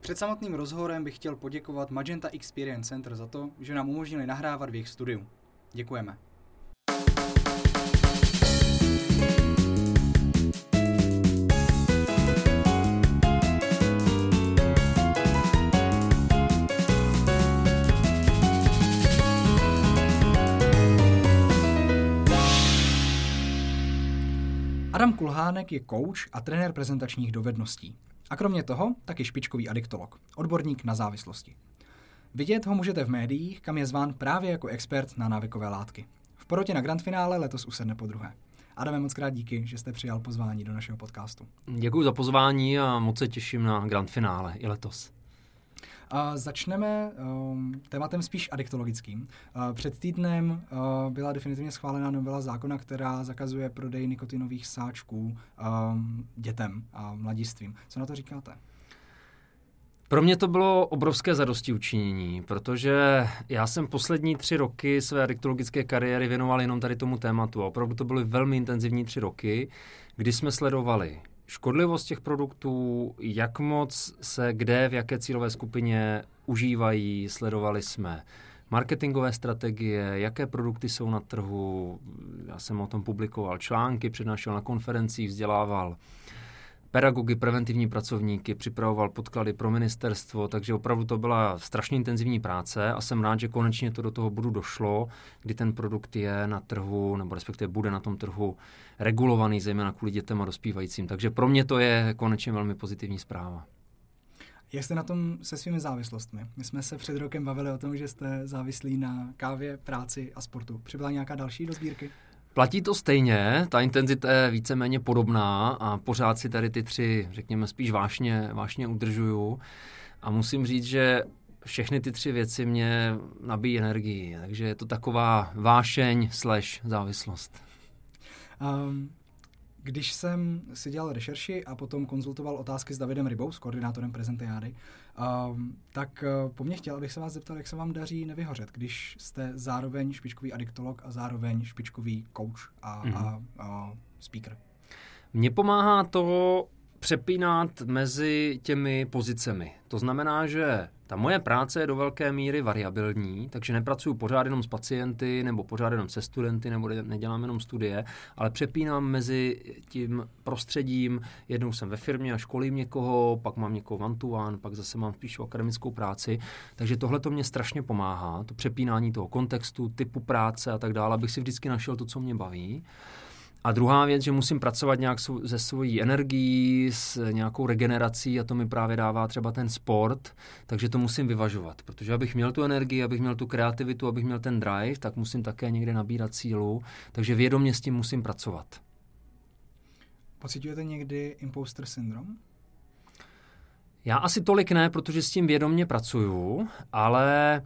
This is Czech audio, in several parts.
Před samotným rozhovorem bych chtěl poděkovat Magenta Experience Center za to, že nám umožnili nahrávat v jejich studiu. Děkujeme. Adam Kulhánek je coach a trenér prezentačních dovedností. A kromě toho taky špičkový adiktolog, odborník na závislosti. Vidět ho můžete v médiích, kam je zván právě jako expert na návykové látky. V porotě na grandfinále letos usedne podruhé. Adame, moc krát díky, že jste přijal pozvání do našeho podcastu. Děkuji za pozvání a moc se těším na grandfinále i letos. Začneme tématem spíš adiktologickým. Před týdnem byla definitivně schválena novela zákona, která zakazuje prodej nikotinových sáčků dětem a mladistvím. Co na to říkáte? Pro mě to bylo obrovské zadostiučinění, protože já jsem poslední 3 roky své adiktologické kariéry věnoval jenom tady tomu tématu. A opravdu to byly velmi intenzivní 3 roky, kdy jsme sledovali škodlivost těch produktů, jak moc se kde, v jaké cílové skupině užívají, sledovali jsme marketingové strategie, jaké produkty jsou na trhu, já jsem o tom publikoval články, přednášel na konferencích, vzdělával pedagogy, preventivní pracovníky, připravoval podklady pro ministerstvo, takže opravdu to byla strašně intenzivní práce a jsem rád, že konečně to do toho bodu došlo, kdy ten produkt je na trhu, nebo respektive bude na tom trhu regulovaný, zejména kvůli dětem a dospívajícím. Takže pro mě to je konečně velmi pozitivní zpráva. Jak jste na tom se svými závislostmi? My jsme se před rokem bavili o tom, že jste závislí na kávě, práci a sportu. Přibyla nějaká další do sbírky? Platí to stejně, ta intenzita je víceméně podobná a pořád si tady ty 3, řekněme, spíš vášně udržuju. A musím říct, že všechny ty 3 věci mě nabíjí energii, takže je to taková vášeň / závislost. Když jsem si dělal rešerši a potom konzultoval otázky s Davidem Rybou, s koordinátorem Prezentiády, tak po mně chtěl, abych se vás zeptal, jak se vám daří nevyhořet, když jste zároveň špičkový adiktolog a zároveň špičkový coach a speaker. Mně pomáhá to přepínat mezi těmi pozicemi. To znamená, že ta moje práce je do velké míry variabilní, takže nepracuju pořád jenom s pacienty nebo pořád jenom se studenty nebo nedělám jenom studie, ale přepínám mezi tím prostředím. Jednou jsem ve firmě a školím někoho, pak mám někoho one-to-one, pak zase mám spíš akademickou práci. Takže tohle to mě strašně pomáhá, to přepínání toho kontextu, typu práce a tak dále, abych si vždycky našel to, co mě baví. A druhá věc, že musím pracovat nějak se svojí energií, s nějakou regenerací a to mi právě dává třeba ten sport, takže to musím vyvažovat, protože abych měl tu energii, abych měl tu kreativitu, abych měl ten drive, tak musím také někde nabírat sílu, takže vědomě s tím musím pracovat. Pociťujete někdy imposter syndrom? Já asi tolik ne, protože s tím vědomě pracuju, ale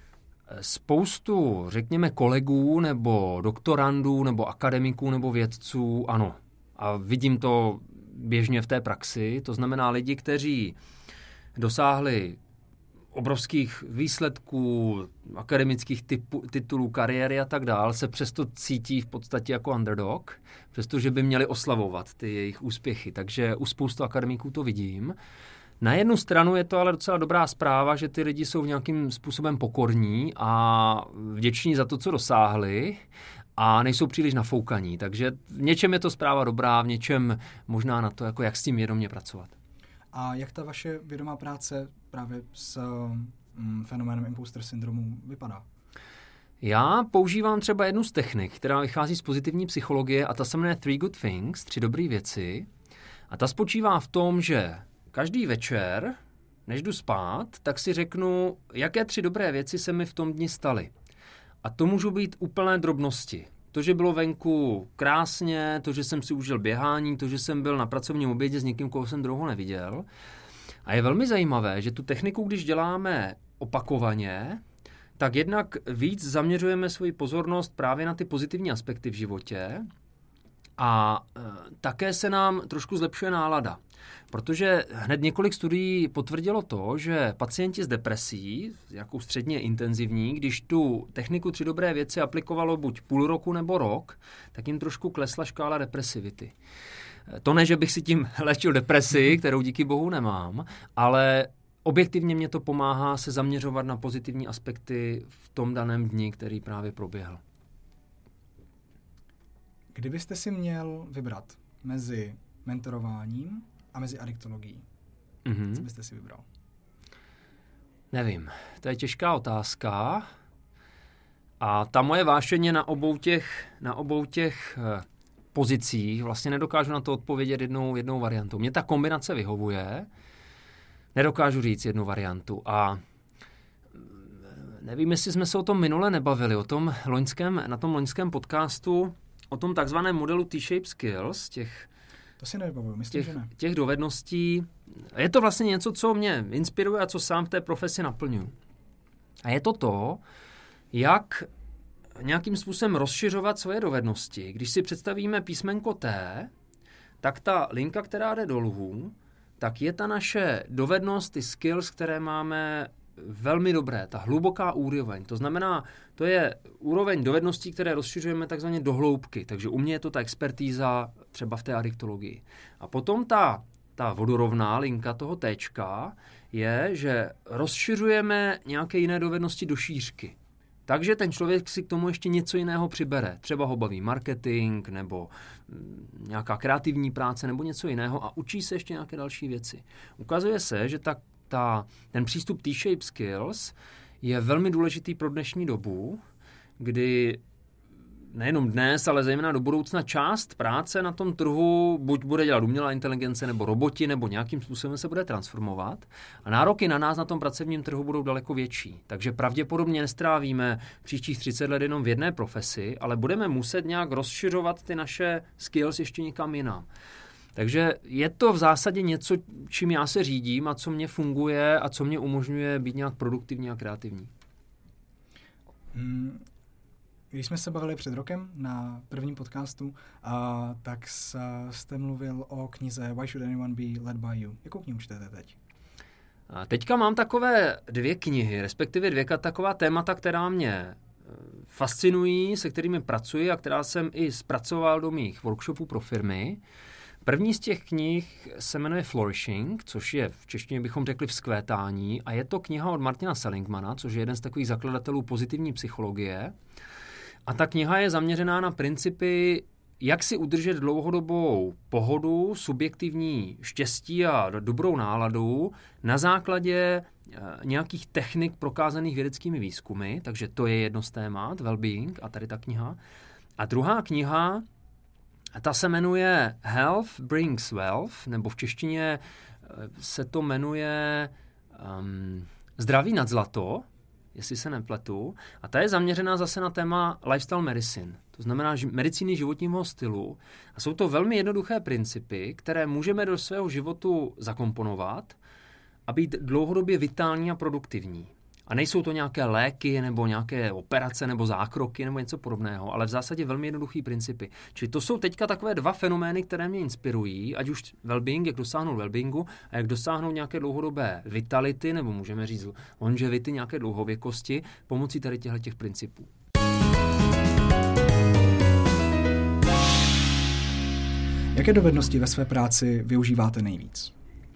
spoustu, řekněme, kolegů nebo doktorandů nebo akademiků nebo vědců, ano. A vidím to běžně v té praxi. To znamená lidi, kteří dosáhli obrovských výsledků, akademických titulů, kariéry a tak dál, se přesto cítí v podstatě jako underdog, přestože by měli oslavovat ty jejich úspěchy. Takže u spoustu akademiků to vidím. Na jednu stranu je to ale docela dobrá zpráva, že ty lidi jsou nějakým způsobem pokorní a vděční za to, co dosáhli a nejsou příliš nafoukaní. Takže v něčem je to zpráva dobrá, v něčem možná na to, jako jak s tím vědomě pracovat. A jak ta vaše vědomá práce právě s fenoménem imposter syndromu vypadá? Já používám třeba jednu z technik, která vychází z pozitivní psychologie a ta se jmenuje 3 good things, 3 dobré věci. A ta spočívá v tom, že každý večer, než jdu spát, tak si řeknu, jaké 3 dobré věci se mi v tom dni staly. A to můžou být úplné drobnosti. To, že bylo venku krásně, to, že jsem si užil běhání, to, že jsem byl na pracovním obědě s někým, koho jsem dlouho neviděl. A je velmi zajímavé, že tu techniku, když děláme opakovaně, tak jednak víc zaměřujeme svoji pozornost právě na ty pozitivní aspekty v životě a také se nám trošku zlepšuje nálada. Protože hned několik studií potvrdilo to, že pacienti s depresí, jakou středně intenzivní, když tu techniku 3 dobré věci aplikovalo buď půl roku nebo rok, tak jim trošku klesla škála depresivity. To ne, že bych si tím léčil depresi, kterou díky bohu nemám, ale objektivně mě to pomáhá se zaměřovat na pozitivní aspekty v tom daném dni, který právě proběhl. Kdybyste si měl vybrat mezi mentorováním a mezi adiktologií, co byste si vybral? Nevím, to je těžká otázka. A ta moje vášeň je na obou těch pozicích. Vlastně nedokážu na to odpovědět jednou variantou. Mně ta kombinace vyhovuje, nedokážu říct jednu variantu. A nevím, jestli jsme se o tom minule nebavili, na tom loňském podcastu, o tom takzvaném modelu T-shape skills, to si nevybavuju, myslím, že ne. Těch dovedností. Je to vlastně něco, co mě inspiruje a co sám v té profesi naplňuji. A je to, jak nějakým způsobem rozšiřovat svoje dovednosti. Když si představíme písmenko T, tak ta linka, která jde dolů, tak je ta naše dovednost, ty skills, které máme velmi dobré, ta hluboká úroveň. To znamená, to je úroveň dovedností, které rozšiřujeme takzvaně do hloubky. Takže u mě je to ta expertíza třeba v té adiktologii. A potom ta vodorovná linka toho Tčka je, že rozšiřujeme nějaké jiné dovednosti do šířky. Takže ten člověk si k tomu ještě něco jiného přibere. Třeba ho baví marketing nebo nějaká kreativní práce nebo něco jiného a učí se ještě nějaké další věci. Ukazuje se, že ten přístup T-shape skills je velmi důležitý pro dnešní dobu, kdy nejenom dnes, ale zejména do budoucna část práce na tom trhu buď bude dělat umělá inteligence nebo roboti, nebo nějakým způsobem se bude transformovat. A nároky na nás na tom pracovním trhu budou daleko větší. Takže pravděpodobně nestrávíme příštích 30 let jenom v jedné profesi, ale budeme muset nějak rozšiřovat ty naše skills ještě někam jinam. Takže je to v zásadě něco, čím já se řídím a co mě funguje a co mě umožňuje být nějak produktivní a kreativní. Když jsme se bavili před rokem na prvním podcastu, tak jste mluvil o knize Why Should Anyone Be Led by You. Jakou knihu čtete teď? Teďka mám takové 2 knihy, respektive 2 taková témata, která mě fascinují, se kterými pracuji a která jsem i zpracoval do mých workshopů pro firmy. První z těch knih se jmenuje Flourishing, což je v češtině bychom řekli vzkvétání, a je to kniha od Martina Seligmana, což je jeden z takových zakladatelů pozitivní psychologie. A ta kniha je zaměřená na principy, jak si udržet dlouhodobou pohodu, subjektivní štěstí a dobrou náladu na základě nějakých technik prokázaných vědeckými výzkumy, takže to je jedno z témat, well-being, a tady ta kniha. A druhá kniha, ta se jmenuje Health Brings Wealth, nebo v češtině se to jmenuje Zdraví nad zlato, jestli se nepletu. A ta je zaměřená zase na téma lifestyle medicine, to znamená medicíny životního stylu. A jsou to velmi jednoduché principy, které můžeme do svého životu zakomponovat a být dlouhodobě vitální a produktivní. A nejsou to nějaké léky nebo nějaké operace nebo zákroky nebo něco podobného, ale v zásadě velmi jednoduchý principy. Čili to jsou teďka takové 2 fenomény, které mě inspirují, ať už well-being, jak dosáhnout well-beingu a jak dosáhnout nějaké dlouhodobé vitality, nebo můžeme říct longevity, nějaké dlouhověkosti, pomocí tady těchto principů. Jaké dovednosti ve své práci využíváte nejvíc?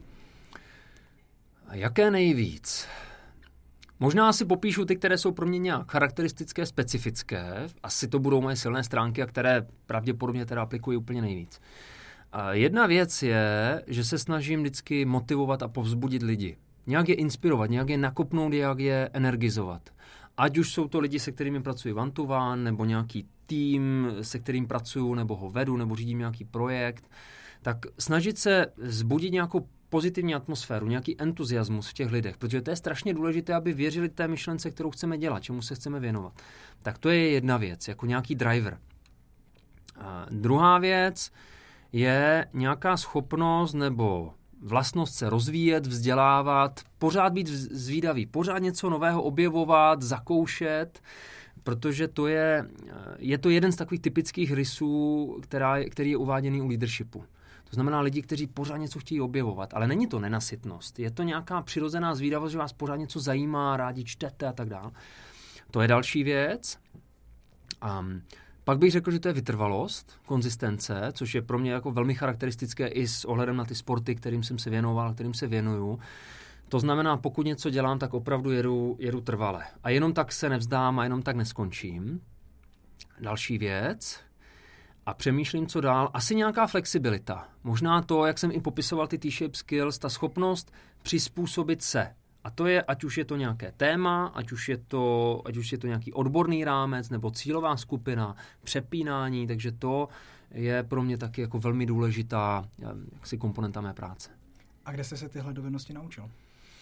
A jaké nejvíc? Možná si popíšu ty, které jsou pro mě nějak charakteristické, specifické. Asi to budou moje silné stránky, a které pravděpodobně teda aplikuji úplně nejvíc. A jedna věc je, že se snažím vždycky motivovat a povzbudit lidi. Nějak je inspirovat, nějak je nakopnout, nějak je energizovat. Ať už jsou to lidi, se kterými pracuji one to one, nebo nějaký tým, se kterým pracuju, nebo ho vedu, nebo řídím nějaký projekt, tak snažit se vzbudit nějakou pozitivní atmosféru, nějaký entuziasmus v těch lidech, protože to je strašně důležité, aby věřili té myšlence, kterou chceme dělat, čemu se chceme věnovat. Tak to je jedna věc, jako nějaký driver. A druhá věc je nějaká schopnost nebo vlastnost se rozvíjet, vzdělávat, pořád být zvídavý, pořád něco nového objevovat, zakoušet, protože to je to jeden z takových typických rysů, který je uváděný u leadershipu. To znamená lidi, kteří pořád něco chtějí objevovat, ale není to nenasytnost. Je to nějaká přirozená zvídavost, že vás pořád něco zajímá, rádi čtete a tak dále. To je další věc. Pak bych řekl, že to je vytrvalost, konzistence, což je pro mě jako velmi charakteristické i s ohledem na ty sporty, kterým jsem se věnoval, kterým se věnuju. To znamená, pokud něco dělám, tak opravdu jedu trvale. A jenom tak se nevzdám a jenom tak neskončím. Další věc. A přemýšlím, co dál. Asi nějaká flexibilita. Možná to, jak jsem i popisoval ty T-shape skills, ta schopnost přizpůsobit se. A to je, ať už je to nějaké téma, ať už je to nějaký odborný rámec nebo cílová skupina, přepínání, takže to je pro mě taky jako velmi důležitá jaksi komponenta mé práce. A kde jste se tyhle dovednosti naučil?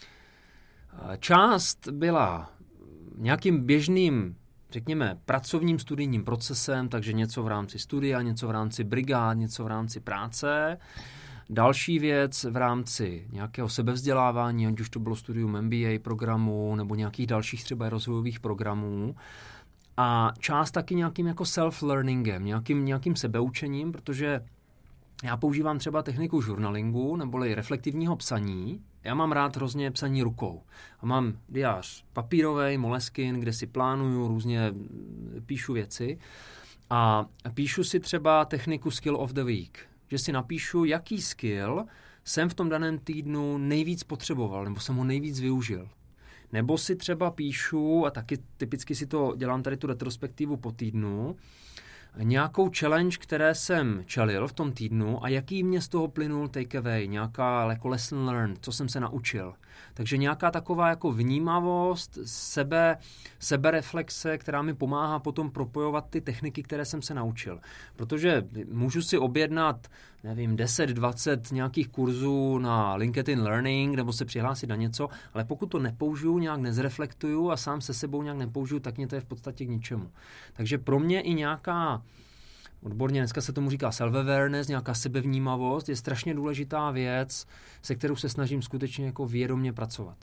Část byla nějakým běžným, řekněme, pracovním studijním procesem, takže něco v rámci studia, něco v rámci brigád, něco v rámci práce. Další věc v rámci nějakého sebevzdělávání, ať už to bylo studium MBA programu nebo nějakých dalších třeba rozvojových programů. A část taky nějakým jako self-learningem, nějakým sebeučením, protože já používám třeba techniku journalingu neboli reflektivního psaní. Já mám rád hrozně psaní rukou. A mám diář papírovej, Moleskine, kde si plánuju, různě píšu věci. A píšu si třeba techniku skill of the week, že si napíšu, jaký skill jsem v tom daném týdnu nejvíc potřeboval, nebo jsem ho nejvíc využil. Nebo si třeba píšu, a taky typicky si to dělám tady tu retrospektivu po týdnu, nějakou challenge, které jsem čelil v tom týdnu a jaký mě z toho plynul takeaway, nějaká jako lesson learned, co jsem se naučil. Takže nějaká taková jako vnímavost, sebereflexe, která mi pomáhá potom propojovat ty techniky, které jsem se naučil. Protože můžu si objednat, nevím, 10, 20 nějakých kurzů na LinkedIn Learning nebo se přihlásit na něco, ale pokud to nepoužiju, nějak nezreflektuju a sám se sebou nějak nepoužiju, tak mě to je v podstatě k ničemu. Takže pro mě i nějaká, odborně dneska se tomu říká self-awareness, nějaká sebevnímavost, je strašně důležitá věc, se kterou se snažím skutečně jako vědomě pracovat.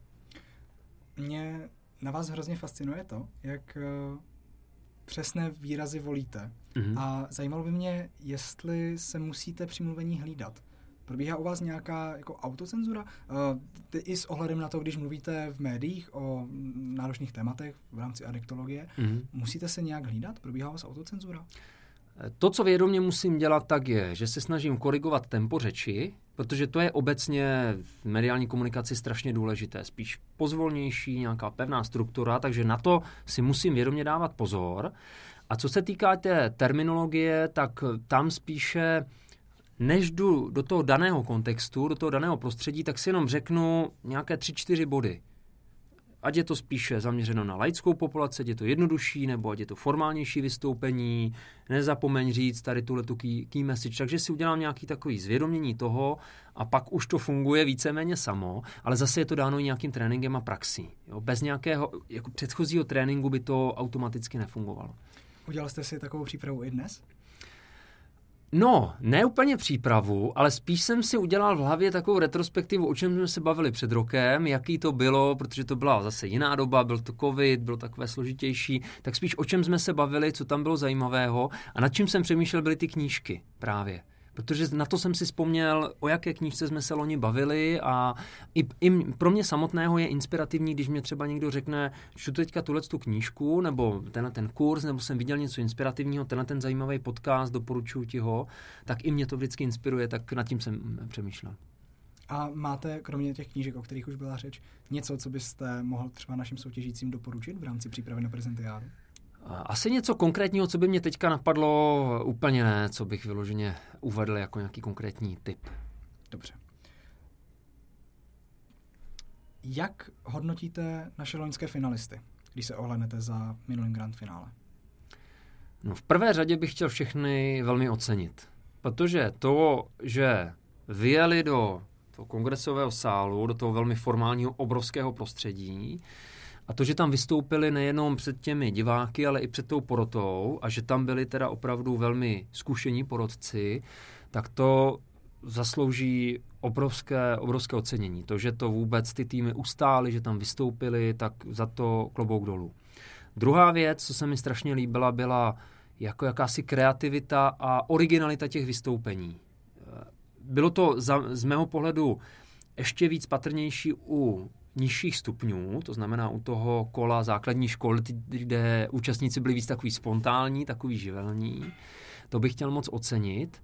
Mě na vás hrozně fascinuje to, jak přesné výrazy volíte. Mm-hmm. A zajímalo by mě, jestli se musíte při mluvení hlídat. Probíhá u vás nějaká jako autocenzura? I s ohledem na to, když mluvíte v médiích o náročných tématech v rámci adiktologie, musíte se nějak hlídat? Probíhá u vás autocenzura? To, co vědomě musím dělat, tak je, že se snažím korigovat tempo řeči, protože to je obecně v mediální komunikaci strašně důležité. Spíš pozvolnější, nějaká pevná struktura, takže na to si musím vědomě dávat pozor. A co se týká té terminologie, tak tam spíše, než jdu do toho daného kontextu, do toho daného prostředí, tak si jenom řeknu nějaké 3-4 body. Ať je to spíše zaměřeno na laickou populaci, ať je to jednodušší, nebo ať je to formálnější vystoupení, nezapomeň říct tady tuhletu key message, takže si udělám nějaký takový zvědomění toho a pak už to funguje víceméně samo, ale zase je to dáno i nějakým tréninkem a praxí. Jo? Bez nějakého jako předchozího tréninku by to automaticky nefungovalo. Udělal jste si takovou přípravu i dnes? No, ne úplně přípravu, ale spíš jsem si udělal v hlavě takovou retrospektivu, o čem jsme se bavili před rokem, jaký to bylo, protože to byla zase jiná doba, byl to covid, bylo takové složitější, tak spíš o čem jsme se bavili, co tam bylo zajímavého a nad čím jsem přemýšlel, byly ty knížky právě. Protože na to jsem si vzpomněl, o jaké knížce jsme se loni bavili a i pro mě samotného je inspirativní, když mě třeba někdo řekne, čtu teďka tu knížku, nebo ten kurz, nebo jsem viděl něco inspirativního, ten zajímavý podcast, doporučuji ti ho, tak i mě to vždycky inspiruje, tak nad tím jsem přemýšlel. A máte, kromě těch knížek, o kterých už byla řeč, něco, co byste mohl třeba našim soutěžícím doporučit v rámci přípravy na prezentiádu? Asi něco konkrétního, co by mě teďka napadlo, úplně ne, co bych vyloženě uvedl jako nějaký konkrétní tip. Dobře. Jak hodnotíte naše loňské finalisty, když se ohlédnete za minulým grand finále? No, v prvé řadě bych chtěl všechny velmi ocenit, protože to, že vyjeli do toho kongresového sálu, do toho velmi formálního obrovského prostředí, a to, že tam vystoupili nejenom před těmi diváky, ale i před tou porotou a že tam byli teda opravdu velmi zkušení porotci, tak to zaslouží obrovské ocenění. To, že to vůbec ty týmy ustály, že tam vystoupili, tak za to klobouk dolů. Druhá věc, co se mi strašně líbila, byla jako jakási kreativita a originalita těch vystoupení. Bylo to z mého pohledu ještě víc patrnější u nižších stupňů, to znamená u toho kola základní školy, kde účastníci byli víc takový spontánní, takový živelní. To bych chtěl moc ocenit.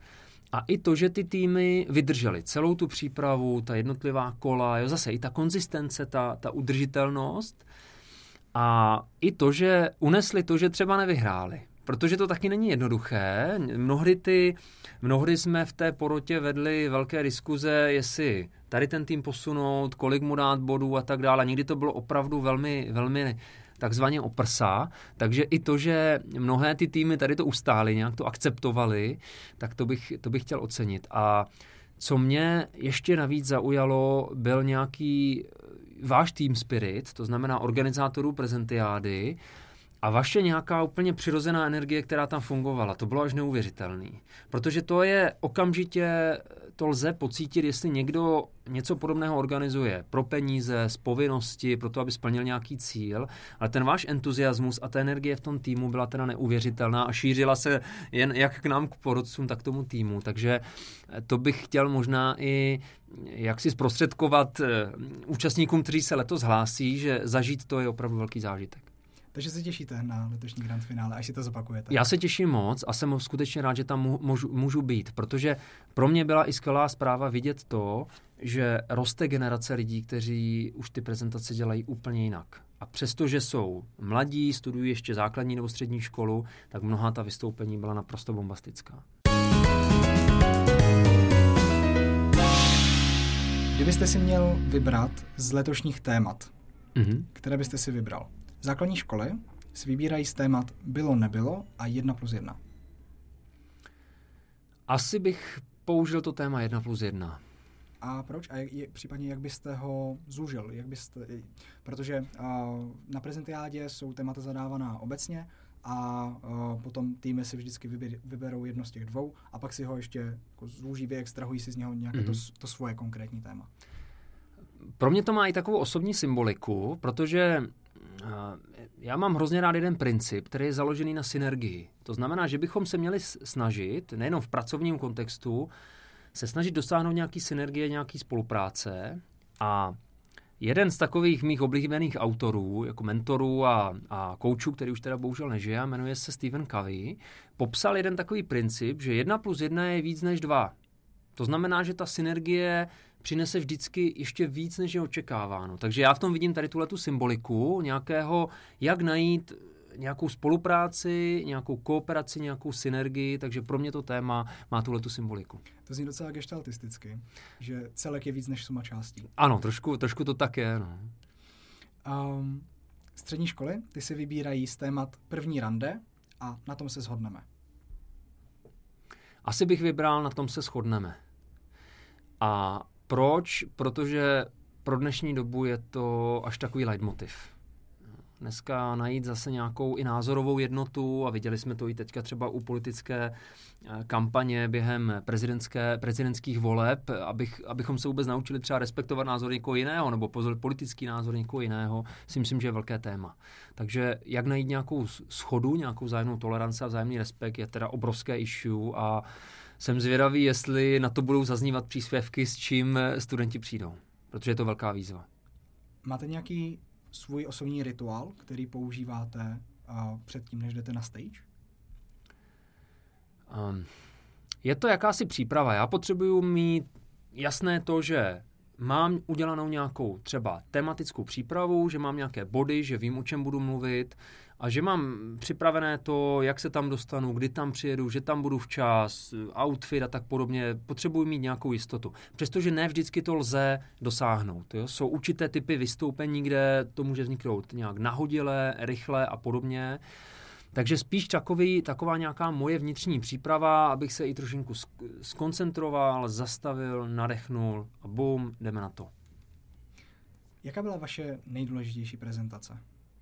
A i to, že ty týmy vydržely celou tu přípravu, ta jednotlivá kola, jo, zase i ta konzistence, ta udržitelnost a i to, že unesli to, že třeba nevyhráli. Protože to taky není jednoduché. Mnohdy jsme v té porotě vedli velké diskuze, jestli tady ten tým posunout, kolik mu dát bodů a tak dále. Někdy to bylo opravdu velmi, velmi takzvaně o prsa, takže i to, že mnohé ty týmy tady to ustály, nějak to akceptovali, tak to bych chtěl ocenit. A co mě ještě navíc zaujalo, byl nějaký váš team spirit, to znamená organizátorů prezentiády, a vaše nějaká úplně přirozená energie, která tam fungovala, to bylo až neuvěřitelný. Protože to je okamžitě, to lze pocítit, jestli někdo něco podobného organizuje pro peníze, z povinnosti, pro to, aby splnil nějaký cíl, ale ten váš entuziasmus a ta energie v tom týmu byla teda neuvěřitelná a šířila se jen jak k nám, k porodcům, tak k tomu týmu. Takže to bych chtěl možná i jak si zprostředkovat účastníkům, kteří se letos hlásí, že zažít to je opravdu velký zážitek. Takže se těšíte na letošní grand finále, až si to zopakujete? Já se těším moc a jsem skutečně rád, že tam můžu být, protože pro mě byla i skvělá zpráva vidět to, že roste generace lidí, kteří už ty prezentace dělají úplně jinak. A přestože jsou mladí, studují ještě základní nebo střední školu, tak mnohá ta vystoupení byla naprosto bombastická. Kdybyste si měl vybrat z letošních témat, které byste si vybral? Základní školy si vybírají z témat bylo, nebylo a 1+1. Asi bych použil to téma 1+1. A proč? A případně jak byste ho zúžil? Protože na prezentiádě jsou témata zadávaná obecně a potom týmy si vždycky vyberou jedno z těch dvou a pak si ho ještě jako zúží, vyextrahují si z něho nějaké to svoje konkrétní téma. Pro mě to má i takovou osobní symboliku, protože já mám hrozně rád jeden princip, který je založený na synergii. To znamená, že bychom se měli snažit, nejenom v pracovním kontextu, se snažit dosáhnout nějaký synergie, nějaký spolupráce. A jeden z takových mých oblíbených autorů, jako mentorů a koučů, který už teda bohužel nežije, jmenuje se Stephen Covey, popsal jeden takový princip, že 1+1 je víc než 2. To znamená, že ta synergie přinese vždycky ještě víc, než je očekáváno. Takže já v tom vidím tady tuhletu symboliku nějakého, jak najít nějakou spolupráci, nějakou kooperaci, nějakou synergii, takže pro mě to téma má tuhletu symboliku. To zní docela gestaltisticky, že celek je víc než suma částí. Ano, trošku to tak je. No. Střední školy, ty si vybírají z témat první rande a na tom se shodneme. Asi bych vybral, na tom se shodneme. A proč? Protože pro dnešní dobu je to až takový leitmotiv. Dneska najít zase nějakou i názorovou jednotu a viděli jsme to i teďka třeba u politické kampaně během prezidentských voleb, abychom se vůbec naučili třeba respektovat názor někoho jiného nebo politický názor někoho jiného, si myslím, že je velké téma. Takže jak najít nějakou shodu, nějakou vzájemnou toleranci a vzájemný respekt je teda obrovské issue a jsem zvědavý, jestli na to budou zaznívat příspěvky, s čím studenti přijdou, protože je to velká výzva. Máte nějaký svůj osobní rituál, který používáte předtím, než jdete na stage? Je to jakási příprava. Já potřebuju mít jasné to, že mám udělanou nějakou třeba tematickou přípravu, že mám nějaké body, že vím, o čem budu mluvit a že mám připravené to, jak se tam dostanu, kdy tam přijedu, že tam budu včas, outfit a tak podobně. Potřebuji mít nějakou jistotu. Přestože ne vždycky to lze dosáhnout. Jo? Jsou určité typy vystoupení, kde to může vzniknout nějak nahodile, rychle a podobně. Takže spíš taková nějaká moje vnitřní příprava, abych se i trošinku skoncentroval, zastavil, nadechnul a bum, jdeme na to. Jaká byla vaše nejdůležitější prezentace?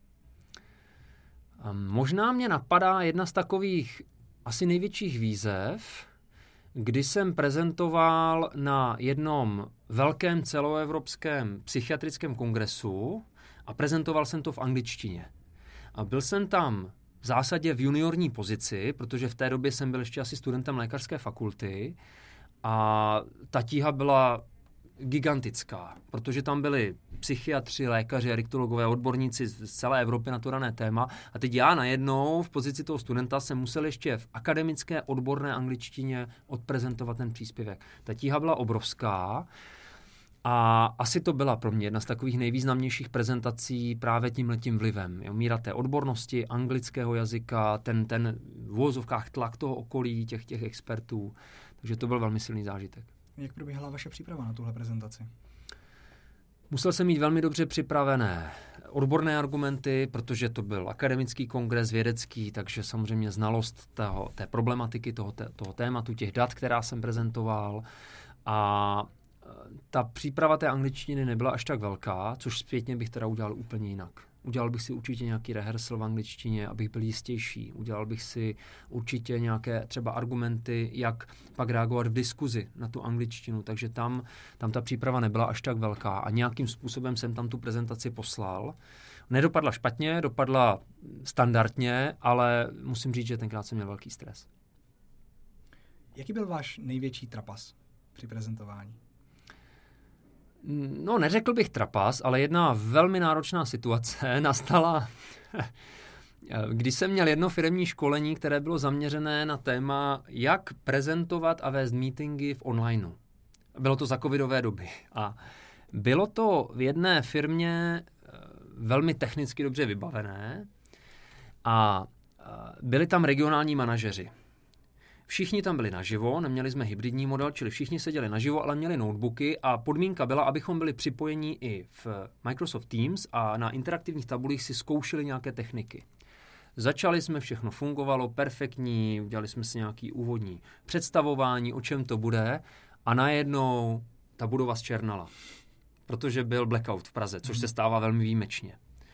Možná mě napadá jedna z takových asi největších výzev, kdy jsem prezentoval na jednom velkém celoevropském psychiatrickém kongresu a prezentoval jsem to v angličtině. A byl jsem tam v zásadě v juniorní pozici, protože v té době jsem byl ještě asi studentem lékařské fakulty a ta tíha byla gigantická, protože tam byli psychiatři, lékaři, adiktologové, odborníci z celé Evropy na to dané téma. A teď já najednou v pozici toho studenta jsem musel ještě v akademické odborné angličtině odprezentovat ten příspěvek. Ta tíha byla obrovská a asi to byla pro mě jedna z takových nejvýznamnějších prezentací právě tímhletím vlivem. Míra té odbornosti, anglického jazyka, ten v uvozovkách tlak toho okolí, těch expertů. Takže to byl velmi silný zážitek. Jak probíhala vaše příprava na tuhle prezentaci? Musel jsem mít velmi dobře připravené odborné argumenty, protože to byl akademický kongres, vědecký, takže samozřejmě znalost té problematiky, toho tématu, těch dat, která jsem prezentoval. A ta příprava té angličtiny nebyla až tak velká, což zpětně bych teda udělal úplně jinak. Udělal bych si určitě nějaký rehearsal v angličtině, abych byl jistější. Udělal bych si určitě nějaké třeba argumenty, jak pak reagovat v diskuzi na tu angličtinu. Takže tam ta příprava nebyla až tak velká a nějakým způsobem jsem tam tu prezentaci poslal. Nedopadla špatně, dopadla standardně, ale musím říct, že tenkrát jsem měl velký stres. Jaký byl váš největší trapas při prezentování? No, neřekl bych trapas, ale jedna velmi náročná situace nastala, když jsem měl jedno firemní školení, které bylo zaměřené na téma, jak prezentovat a vést meetingy v onlineu. Bylo to za covidové doby. A bylo to v jedné firmě velmi technicky dobře vybavené a byli tam regionální manažeři. Všichni tam byli naživo, neměli jsme hybridní model, čili všichni seděli naživo, ale měli notebooky a podmínka byla, abychom byli připojeni i v Microsoft Teams a na interaktivních tabulích si zkoušeli nějaké techniky. Začali jsme, všechno fungovalo, perfektní, udělali jsme si nějaký úvodní představování, o čem to bude a najednou ta budova zčernala, protože byl blackout v Praze, což se stává velmi výjimečně.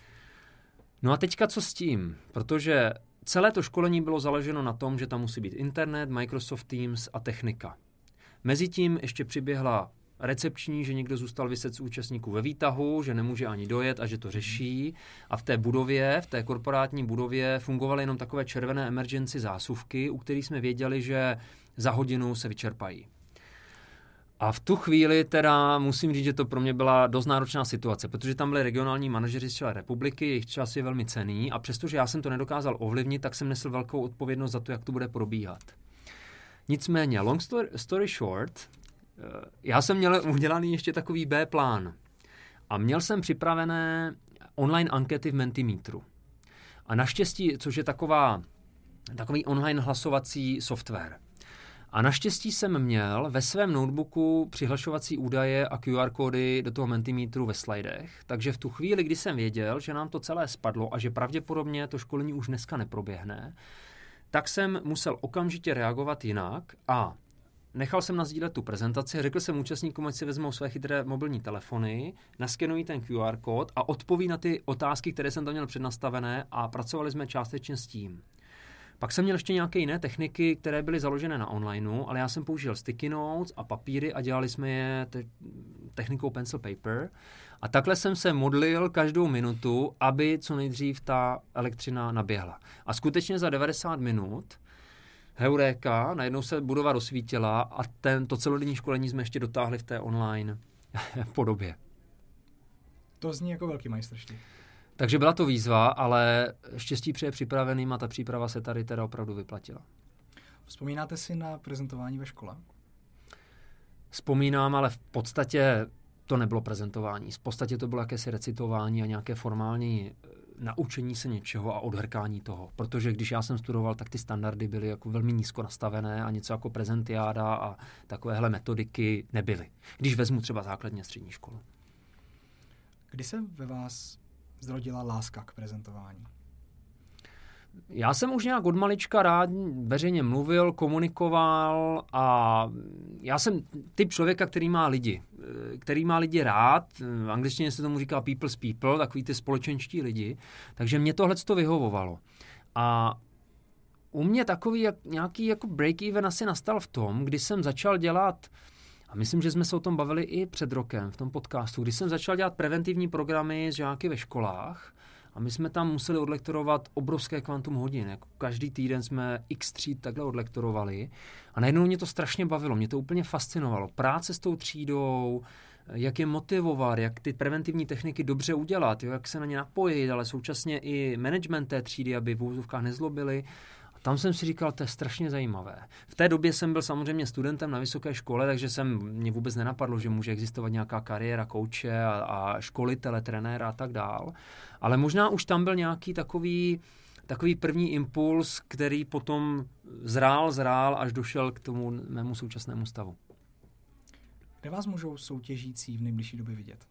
No a teďka co s tím? Protože celé to školení bylo založeno na tom, že tam musí být internet, Microsoft Teams a technika. Mezitím ještě přiběhla recepční, že někdo zůstal viset z účastníků ve výtahu, že nemůže ani dojet a že to řeší. A v té budově, v té korporátní budově fungovaly jenom takové červené emergency zásuvky, u kterých jsme věděli, že za hodinu se vyčerpají. A v tu chvíli teda musím říct, že to pro mě byla dost náročná situace, protože tam byli regionální manažeři z celé republiky, jejich čas je velmi cenný a přestože já jsem to nedokázal ovlivnit, tak jsem nesl velkou odpovědnost za to, jak to bude probíhat. Nicméně, long story short, já jsem měl udělaný ještě takový B plán a měl jsem připravené online ankety v Mentimetru. A naštěstí, což je takový online hlasovací software. A naštěstí jsem měl ve svém notebooku přihlašovací údaje a QR kódy do toho Mentimetru ve slidech, takže v tu chvíli, kdy jsem věděl, že nám to celé spadlo a že pravděpodobně to školení už dneska neproběhne, tak jsem musel okamžitě reagovat jinak a nechal jsem nasdílet tu prezentaci, řekl jsem účastníkům, ať si vezmou své chytré mobilní telefony, naskenují ten QR kód a odpoví na ty otázky, které jsem tam měl přednastavené a pracovali jsme částečně s tím. Pak jsem měl ještě nějaké jiné techniky, které byly založené na onlineu, ale já jsem použil sticky notes a papíry a dělali jsme je technikou pencil paper. A takhle jsem se modlil každou minutu, aby co nejdřív ta elektřina naběhla. A skutečně za 90 minut heuréka, najednou se budova rozsvítila a to celodenní školení jsme ještě dotáhli v té online podobě. To zní jako velký majstrští. Takže byla to výzva, ale štěstí přeje připraveným a ta příprava se tady teda opravdu vyplatila. Vzpomínáte si na prezentování ve škole? Vzpomínám, ale v podstatě to nebylo prezentování. V podstatě to bylo jakési recitování a nějaké formální naučení se něčeho a odhrkání toho. Protože když já jsem studoval, tak ty standardy byly jako velmi nízko nastavené a něco jako prezentiáda a takovéhle metodiky nebyly. Když vezmu třeba základně střední školu. Kdy se ve vás zrodila láska k prezentování? Já jsem už nějak od malička rád veřejně mluvil, komunikoval a já jsem typ člověka, který má lidi rád. V angličtině se tomu říká people's people, takový ty společenští lidi. Takže mě tohleto vyhovovalo. A u mě takový nějaký jako break-even asi nastal v tom, kdy jsem začal dělat, a myslím, že jsme se o tom bavili i před rokem v tom podcastu, když jsem začal dělat preventivní programy s žáky ve školách a my jsme tam museli odlektorovat obrovské kvantum hodin. Jako každý týden jsme x tříd takhle odlektorovali a najednou mě to strašně bavilo, mě to úplně fascinovalo. Práce s tou třídou, jak je motivovat, jak ty preventivní techniky dobře udělat, jo, jak se na ně napojit, ale současně i management té třídy, aby v úvozovkách nezlobili. A tam jsem si říkal, to je strašně zajímavé. V té době jsem byl samozřejmě studentem na vysoké škole, takže mě vůbec nenapadlo, že může existovat nějaká kariéra kouče a školitele, trenéra a tak dál. Ale možná už tam byl nějaký takový první impuls, který potom zrál, až došel k tomu mému současnému stavu. Kde vás můžou soutěžící v nejbližší době vidět?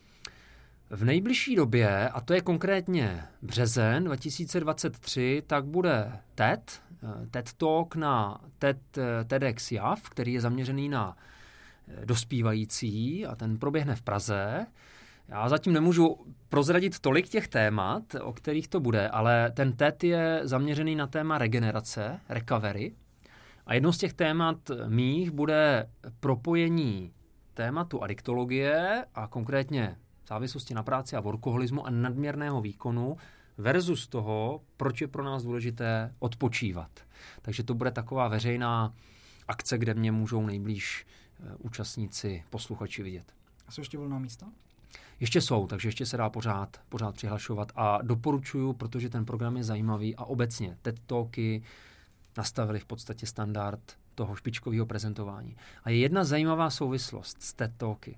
V nejbližší době, a to je konkrétně březen 2023, tak bude TED Talk na TEDx JAV, který je zaměřený na dospívající a ten proběhne v Praze. Já zatím nemůžu prozradit tolik těch témat, o kterých to bude, ale ten TED je zaměřený na téma regenerace, recovery. A jedno z těch témat mých bude propojení tématu adiktologie a konkrétně závislosti na práci a workoholismu a nadměrného výkonu versus toho, proč je pro nás důležité odpočívat. Takže to bude taková veřejná akce, kde mě můžou nejblíž účastníci, posluchači vidět. A jsou ještě volná místa? Ještě jsou, takže ještě se dá pořád přihlašovat a doporučuju, protože ten program je zajímavý a obecně TED Talky nastavili v podstatě standard toho špičkového prezentování. A je jedna zajímavá souvislost s TED Talky.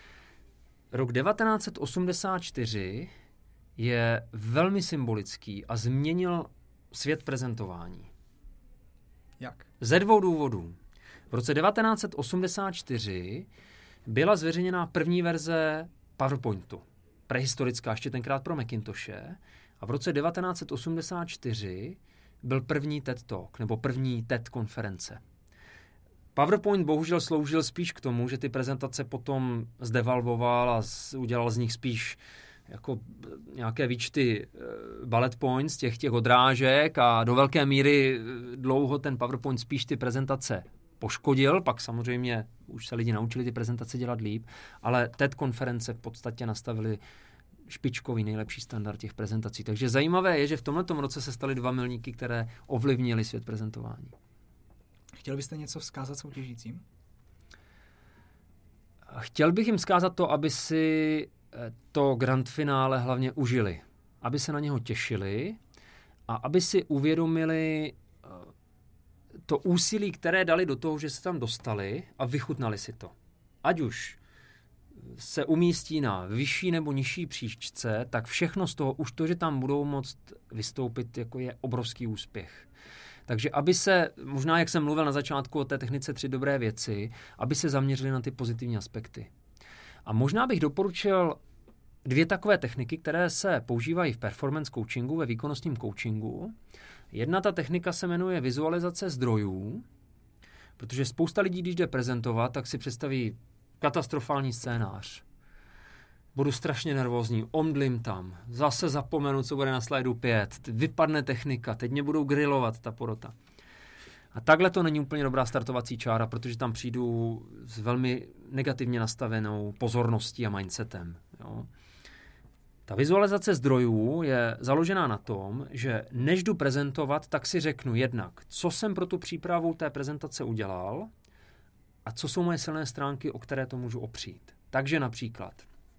Rok 1984 je velmi symbolický a změnil svět prezentování. Jak? Ze 2 důvodů. V roce 1984 byla zveřejněna první verze PowerPointu. Prehistorická, ještě tenkrát pro Macintoshe. A v roce 1984 byl první TED Talk, nebo první TED konference. PowerPoint bohužel sloužil spíš k tomu, že ty prezentace potom zdevalvoval a udělal z nich spíš jako nějaké výčty bullet points, těch odrážek a do velké míry dlouho ten PowerPoint spíš ty prezentace poškodil, pak samozřejmě už se lidi naučili ty prezentace dělat líp, ale TED konference v podstatě nastavili špičkový nejlepší standard těch prezentací. Takže zajímavé je, že v tomhletom roce se staly 2 milníky, které ovlivnily svět prezentování. Chtěl byste něco vzkázat soutěžícím? Chtěl bych jim vzkázat to, aby si to grand finále hlavně užili. Aby se na něho těšili a aby si uvědomili to úsilí, které dali do toho, že se tam dostali a vychutnali si to. Ať už se umístí na vyšší nebo nižší příčce, tak všechno z toho, už to, že tam budou moct vystoupit, jako je obrovský úspěch. Takže aby se, možná jak jsem mluvil na začátku o té technice 3 dobré věci, aby se zaměřili na ty pozitivní aspekty. A možná bych doporučil 2 takové techniky, které se používají v performance coachingu, ve výkonnostním coachingu. Jedna ta technika se jmenuje vizualizace zdrojů, protože spousta lidí, když jde prezentovat, tak si představí katastrofální scénář. Budu strašně nervózní, omdlím tam, zase zapomenu, co bude na slajdu 5, vypadne technika, teď mě budou grilovat ta porota. A takhle to není úplně dobrá startovací čára, protože tam přijdu s velmi negativně nastavenou pozorností a mindsetem. Jo. Ta vizualizace zdrojů je založená na tom, že než jdu prezentovat, tak si řeknu jednak, co jsem pro tu přípravu té prezentace udělal a co jsou moje silné stránky, o které to můžu opřít. Takže například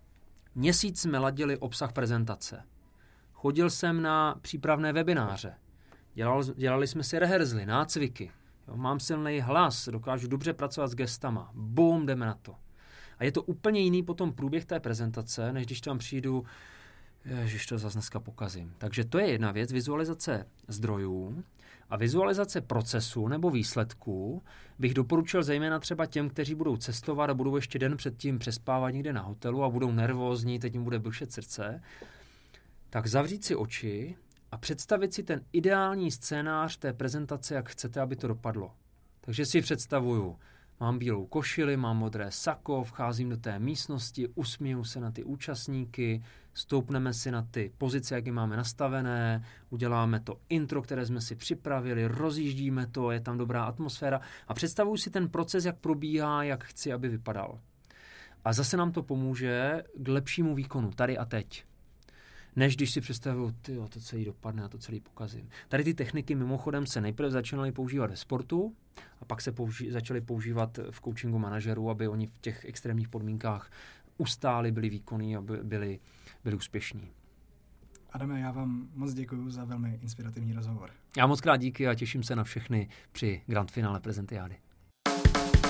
měsíc jsme ladili obsah prezentace. Chodil jsem na přípravné webináře. Dělali jsme si reherzly, nácviky. Jo, mám silný hlas, dokážu dobře pracovat s gestama. Bum, jdeme na to. A je to úplně jiný potom průběh té prezentace, než když tam přijdu, ježiš, to zase dneska pokazím. Takže to je jedna věc, vizualizace zdrojů. A vizualizace procesu nebo výsledků bych doporučil zejména třeba těm, kteří budou cestovat a budou ještě den předtím přespávat někde na hotelu a budou nervózní, teď jim bude blšet srdce. Tak zavřít si oči a představit si ten ideální scénář té prezentace, jak chcete, aby to dopadlo. Takže si představuju, mám bílou košili, mám modré sako, vcházím do té místnosti, usměju se na ty účastníky, stoupneme si na ty pozice, jak je máme nastavené, uděláme to intro, které jsme si připravili, rozjíždíme to, je tam dobrá atmosféra a představuju si ten proces, jak probíhá, jak chci, aby vypadal. A zase nám to pomůže k lepšímu výkonu, tady a teď. než když si představuju, to celý dopadne a to celý pokazím. Tady ty techniky mimochodem se nejprve začínaly používat ve sportu a pak se začaly používat v coachingu manažerů, aby oni v těch extrémních podmínkách ustáli, byli výkonní a byli úspěšní. Adame, já vám moc děkuju za velmi inspirativní rozhovor. Já moc krát díky a těším se na všechny při grand finále Prezentiády.